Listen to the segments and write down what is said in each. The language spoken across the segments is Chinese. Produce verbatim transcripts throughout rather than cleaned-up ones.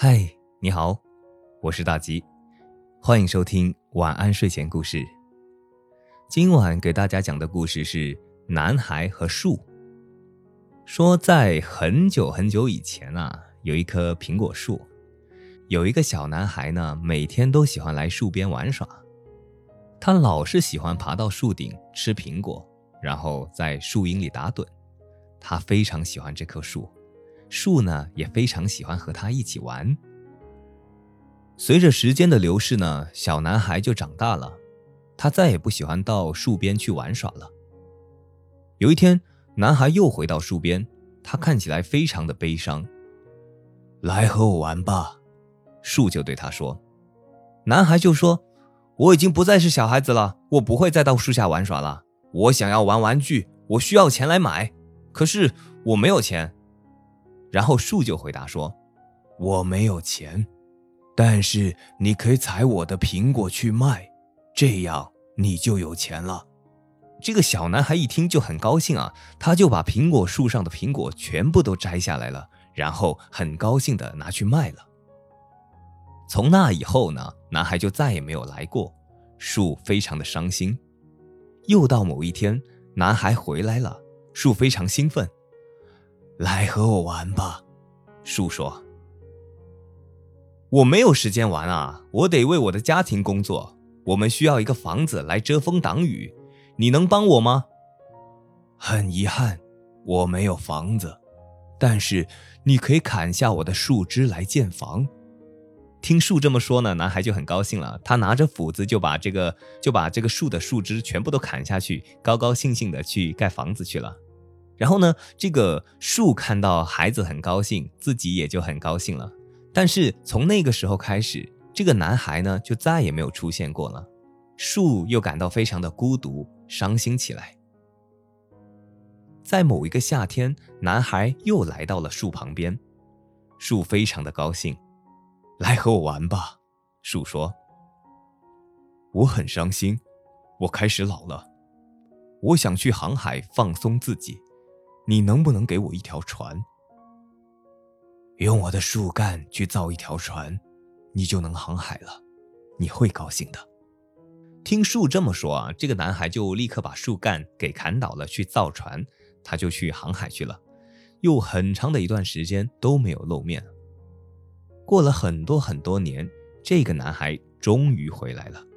嗨，你好，我是大吉，欢迎收听晚安睡前故事。今晚给大家讲的故事是男孩和树。说在很久很久以前啊，有一棵苹果树，有一个小男孩呢，每天都喜欢来树边玩耍。他老是喜欢爬到树顶吃苹果，然后在树荫里打盹。他非常喜欢这棵树，树呢也非常喜欢和他一起玩。随着时间的流逝呢，小男孩就长大了，他再也不喜欢到树边去玩耍了。有一天，男孩又回到树边，他看起来非常的悲伤。来和我玩吧，树就对他说。男孩就说，我已经不再是小孩子了，我不会再到树下玩耍了，我想要玩玩具，我需要钱来买，可是我没有钱。然后树就回答说，我没有钱，但是你可以采我的苹果去卖，这样你就有钱了。这个小男孩一听就很高兴啊，他就把苹果树上的苹果全部都摘下来了，然后很高兴地拿去卖了。从那以后呢，男孩就再也没有来过，树非常的伤心。又到某一天，男孩回来了，树非常兴奋。来和我玩吧，树说。我没有时间玩啊，我得为我的家庭工作，我们需要一个房子来遮风挡雨，你能帮我吗？很遗憾，我没有房子，但是你可以砍下我的树枝来建房。听树这么说呢，男孩就很高兴了，他拿着斧子就把这个就把这个树的树枝全部都砍下去，高高兴兴的去盖房子去了。然后呢，这个树看到孩子很高兴，自己也就很高兴了。但是从那个时候开始，这个男孩呢就再也没有出现过了。树又感到非常的孤独，伤心起来。在某一个夏天，男孩又来到了树旁边，树非常的高兴。来和我玩吧，树说。我很伤心，我开始老了，我想去航海放松自己，你能不能给我一条船？用我的树干去造一条船，你就能航海了，你会高兴的。听树这么说啊，这个男孩就立刻把树干给砍倒了，去造船，他就去航海去了。又很长的一段时间都没有露面。过了很多很多年，这个男孩终于回来了。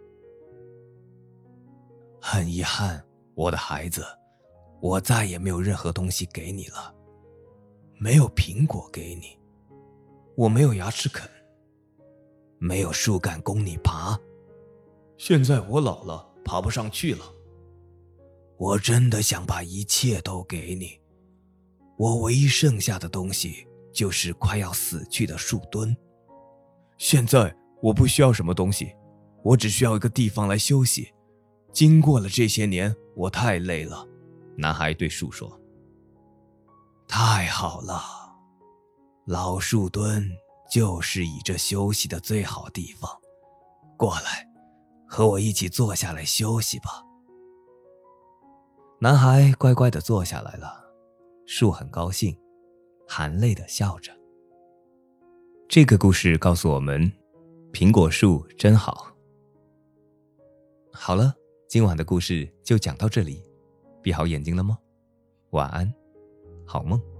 很遗憾，我的孩子，我再也没有任何东西给你了，没有苹果给你，我没有牙齿啃，没有树干供你爬，现在我老了，爬不上去了。我真的想把一切都给你，我唯一剩下的东西就是快要死去的树墩。现在我不需要什么东西，我只需要一个地方来休息。经过了这些年，我太累了，男孩对树说。太好了，老树墩就是倚着休息的最好地方，过来，和我一起坐下来休息吧。男孩乖乖地坐下来了，树很高兴，含泪地笑着。这个故事告诉我们，苹果树真好。好了，今晚的故事就讲到这里，闭好眼睛了吗？晚安，好梦。